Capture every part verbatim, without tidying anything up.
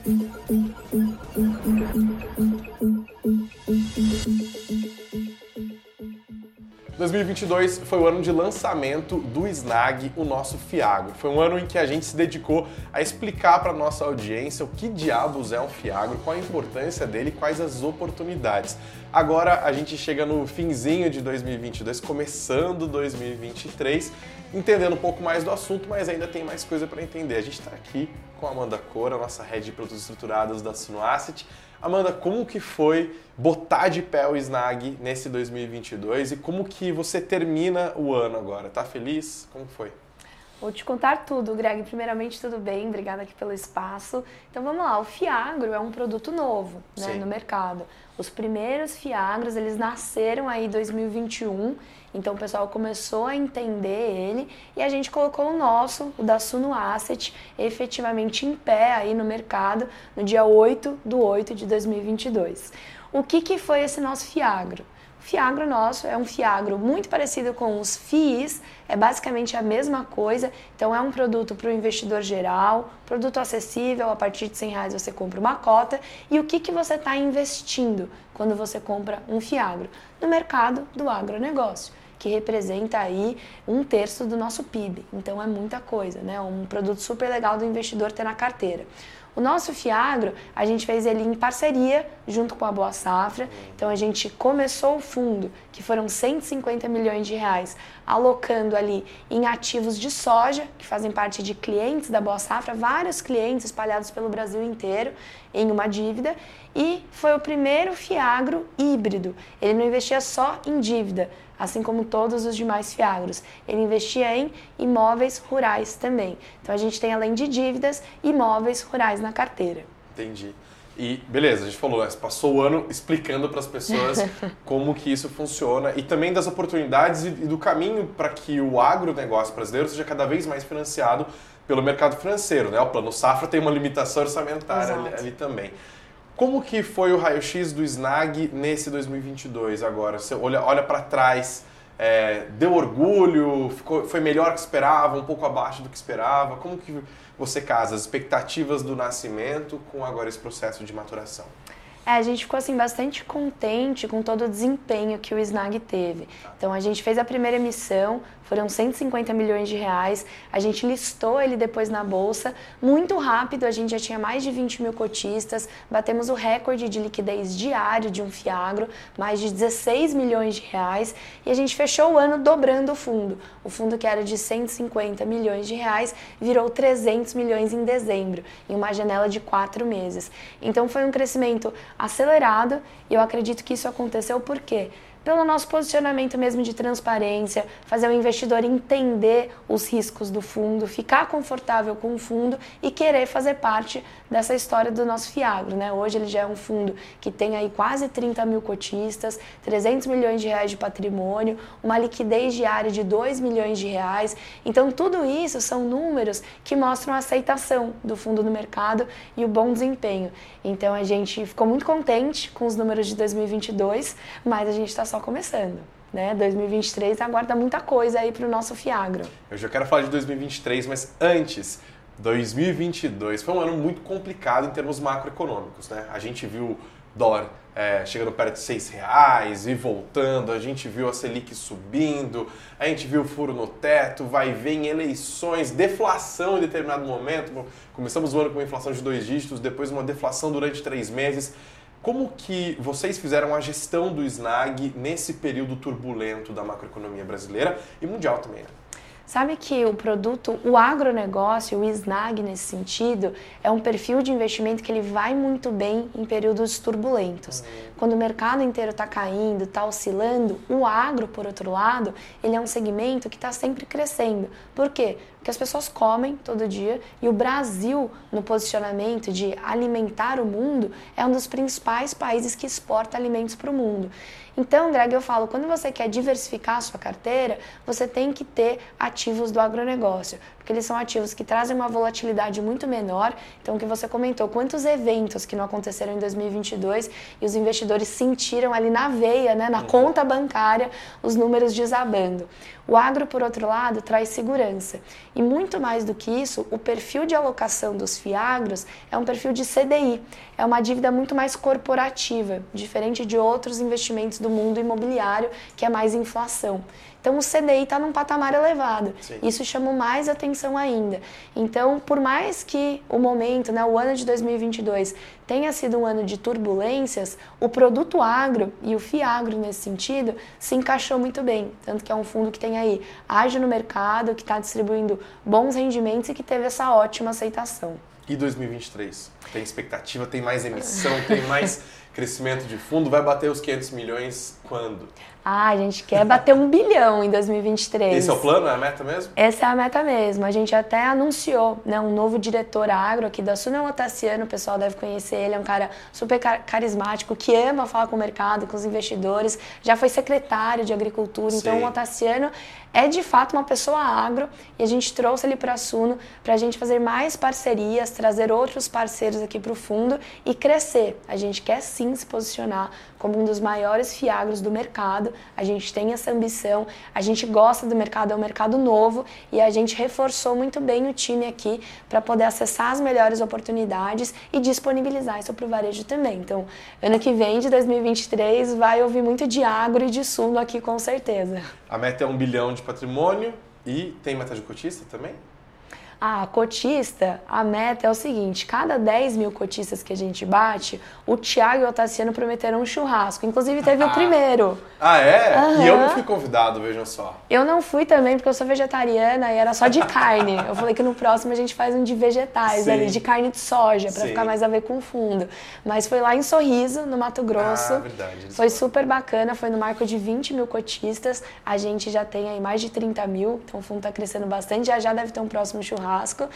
dois mil e vinte e dois foi o ano de lançamento do Snag, o nosso Fiagro. Foi um ano em que a gente se dedicou a explicar para nossa audiência o que diabos é um Fiagro, qual a importância dele e quais as oportunidades. Agora a gente chega no finzinho de dois mil e vinte e dois, começando dois mil e vinte e três, entendendo um pouco mais do assunto, mas ainda tem mais coisa para entender. A gente está aqui com a Amanda Cora, nossa head de produtos estruturados da Suno Asset. Amanda, como que foi botar de pé o Snag nesse dois mil e vinte e dois e como que você termina o ano agora? Tá feliz? Como foi? Vou te contar tudo, Greg. Primeiramente, tudo bem? Obrigada aqui pelo espaço. Então vamos lá, o Fiagro é um produto novo, né, no mercado. Os primeiros Fiagros, eles nasceram aí em dois mil e vinte e um, então o pessoal começou a entender ele e a gente colocou o nosso, o da Suno Asset, efetivamente em pé aí no mercado no dia oito de oito de dois mil e vinte e dois. O que que foi esse nosso Fiagro? O Fiagro nosso é um Fiagro muito parecido com os F I Is, é basicamente a mesma coisa, então é um produto para o investidor geral, produto acessível, a partir de cem reais você compra uma cota. E o que, que você está investindo quando você compra um Fiagro? No mercado do agronegócio, que representa aí um terço do nosso P I B, então é muita coisa, né? Um produto super legal do investidor ter na carteira. O nosso Fiagro, a gente fez ele em parceria junto com a Boa Safra, então a gente começou o fundo, que foram cento e cinquenta milhões de reais, alocando ali em ativos de soja, que fazem parte de clientes da Boa Safra, vários clientes espalhados pelo Brasil inteiro, em uma dívida, e foi o primeiro Fiagro híbrido. Ele não investia só em dívida, assim como todos os demais Fiagros. Ele investia em imóveis rurais também. Então a gente tem, além de dívidas, imóveis rurais na carteira. Entendi. E beleza, a gente falou, né? Você passou o ano explicando para as pessoas como que isso funciona e também das oportunidades e do caminho para que o agronegócio brasileiro seja cada vez mais financiado pelo mercado financeiro, né? O Plano Safra tem uma limitação orçamentária ali, ali também. Como que foi o raio-x do Snag nesse dois mil e vinte e dois agora? Você olha, olha para trás, é, deu orgulho, ficou, foi melhor que esperava, um pouco abaixo do que esperava? Como que você casa as expectativas do nascimento com agora esse processo de maturação? É, a gente ficou assim, bastante contente com todo o desempenho que o Snag teve. Então a gente fez a primeira emissão, foram cento e cinquenta milhões de reais, a gente listou ele depois na Bolsa, muito rápido, a gente já tinha mais de vinte mil cotistas, batemos o recorde de liquidez diário de um Fiagro, mais de dezesseis milhões de reais, e a gente fechou o ano dobrando o fundo. O fundo que era de cento e cinquenta milhões de reais virou trezentos milhões em dezembro, em uma janela de quatro meses. Então foi um crescimento acelerado e eu acredito que isso aconteceu por quê? Pelo nosso posicionamento mesmo de transparência, fazer o investidor entender os riscos do fundo, ficar confortável com o fundo e querer fazer parte dessa história do nosso Fiagro, né? Hoje ele já é um fundo que tem aí quase trinta mil cotistas, trezentos milhões de reais de patrimônio, uma liquidez diária de dois milhões de reais. Então tudo isso são números que mostram a aceitação do fundo no mercado e o bom desempenho. Então a gente ficou muito contente com os números de dois mil e vinte e dois, mas a gente está só começando, né? dois mil e vinte e três aguarda muita coisa aí para o nosso Fiagro. Eu já quero falar de dois mil e vinte e três, mas antes, dois mil e vinte e dois foi um ano muito complicado em termos macroeconômicos, né? A gente viu dólar é, chegando perto de seis reais e voltando, a gente viu a Selic subindo, a gente viu o furo no teto, vai ver em eleições, deflação em determinado momento. Começamos o ano com uma inflação de dois dígitos, depois uma deflação durante três meses. Como que vocês fizeram a gestão do Snag nesse período turbulento da macroeconomia brasileira e mundial também, né? Sabe que o produto, o agronegócio, o Snag nesse sentido, é um perfil de investimento que ele vai muito bem em períodos turbulentos. Uhum. Quando o mercado inteiro está caindo, está oscilando, o agro, por outro lado, ele é um segmento que está sempre crescendo. Por quê? Porque as pessoas comem todo dia e o Brasil, no posicionamento de alimentar o mundo, é um dos principais países que exporta alimentos para o mundo. Então, Greg, eu falo, quando você quer diversificar a sua carteira, você tem que ter ativos do agronegócio. porque eles são ativos que trazem uma volatilidade muito menor. Então, o que você comentou, quantos eventos que não aconteceram em dois mil e vinte e dois e os investidores sentiram ali na veia, né, na conta bancária, os números desabando. O agro, por outro lado, traz segurança. E muito mais do que isso, o perfil de alocação dos FIAGROS é um perfil de C D I. É uma dívida muito mais corporativa, diferente de outros investimentos do mundo imobiliário, que é mais inflação. Então, o C D I está num patamar elevado. Sim. Isso chama mais atenção ainda. Então, por mais que o momento, né, o ano de dois mil e vinte e dois tenha sido um ano de turbulências, o produto agro e o FIAGRO, nesse sentido, se encaixou muito bem. Tanto que é um fundo que tem aí, age no mercado, que está distribuindo bons rendimentos e que teve essa ótima aceitação. E dois mil e vinte e três? Tem expectativa? Tem mais emissão? Tem mais crescimento de fundo? Vai bater os quinhentos milhões quando? Ah, a gente quer bater um bilhão em dois mil e vinte e três. Esse é o plano? É a meta mesmo? Essa é a meta mesmo. A gente até anunciou, né, um novo diretor agro aqui da Suno Otaciano, o pessoal deve conhecer ele, é um cara super carismático, que ama falar com o mercado, com os investidores, já foi secretário de agricultura. Sim. Então o Otaciano é de fato uma pessoa agro e a gente trouxe ele para a Suno para a gente fazer mais parcerias, trazer outros parceiros aqui para o fundo e crescer. A gente quer sim se posicionar como um dos maiores FIAGROS do mercado, a gente tem essa ambição, a gente gosta do mercado, é um mercado novo e a gente reforçou muito bem o time aqui para poder acessar as melhores oportunidades e disponibilizar isso para o varejo também. Então, ano que vem, de dois mil e vinte e três, vai ouvir muito de agro e de Suno aqui com certeza. A meta é um bilhão de patrimônio e tem meta de cotista também? Ah, cotista, a meta é o seguinte, cada dez mil cotistas que a gente bate, o Thiago e o Otaciano prometeram um churrasco. Inclusive teve ah. o primeiro. Ah, é? Uhum. E eu não fui convidado, vejam só. Eu não fui também, porque eu sou vegetariana e era só de carne. Eu falei que no próximo a gente faz um de vegetais, Sim. ali, de carne de soja, para ficar mais a ver com o fundo. Mas foi lá em Sorriso, no Mato Grosso. Ah, verdade. Foi super bacana, foi no marco de vinte mil cotistas. A gente já tem aí mais de trinta mil, então o fundo está crescendo bastante. Já já deve ter um próximo churrasco.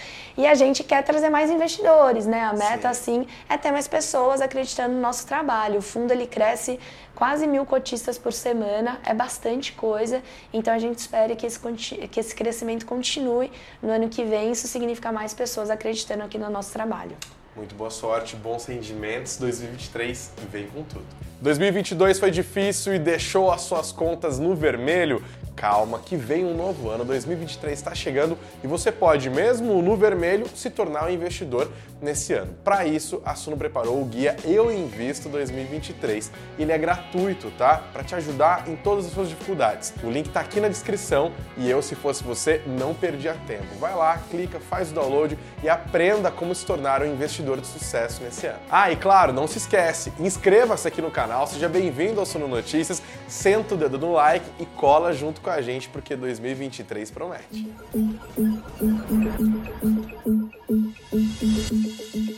E a gente quer trazer mais investidores, né? A meta, Sim. assim, é ter mais pessoas acreditando no nosso trabalho. O fundo, ele cresce quase mil cotistas por semana, é bastante coisa. Então, a gente espera que esse, que esse crescimento continue no ano que vem. Isso significa mais pessoas acreditando aqui no nosso trabalho. Muito boa sorte, bons rendimentos. dois mil e vinte e três vem com tudo. dois mil e vinte e dois foi difícil e deixou as suas contas no vermelho? Calma, que vem um novo ano, dois mil e vinte e três está chegando e você pode, mesmo no vermelho, se tornar um investidor nesse ano. Para isso, a Suno preparou o guia Eu Invisto dois mil e vinte e três. Ele é gratuito, tá? Para te ajudar em todas as suas dificuldades. O link está aqui na descrição e eu, se fosse você, não perdia tempo. Vai lá, clica, faz o download e aprenda como se tornar um investidor de sucesso nesse ano. Ah, e claro, não se esquece, inscreva-se aqui no canal, seja bem-vindo ao Suno Notícias, senta o dedo no like e cola junto com a gente, porque dois mil e vinte e três promete.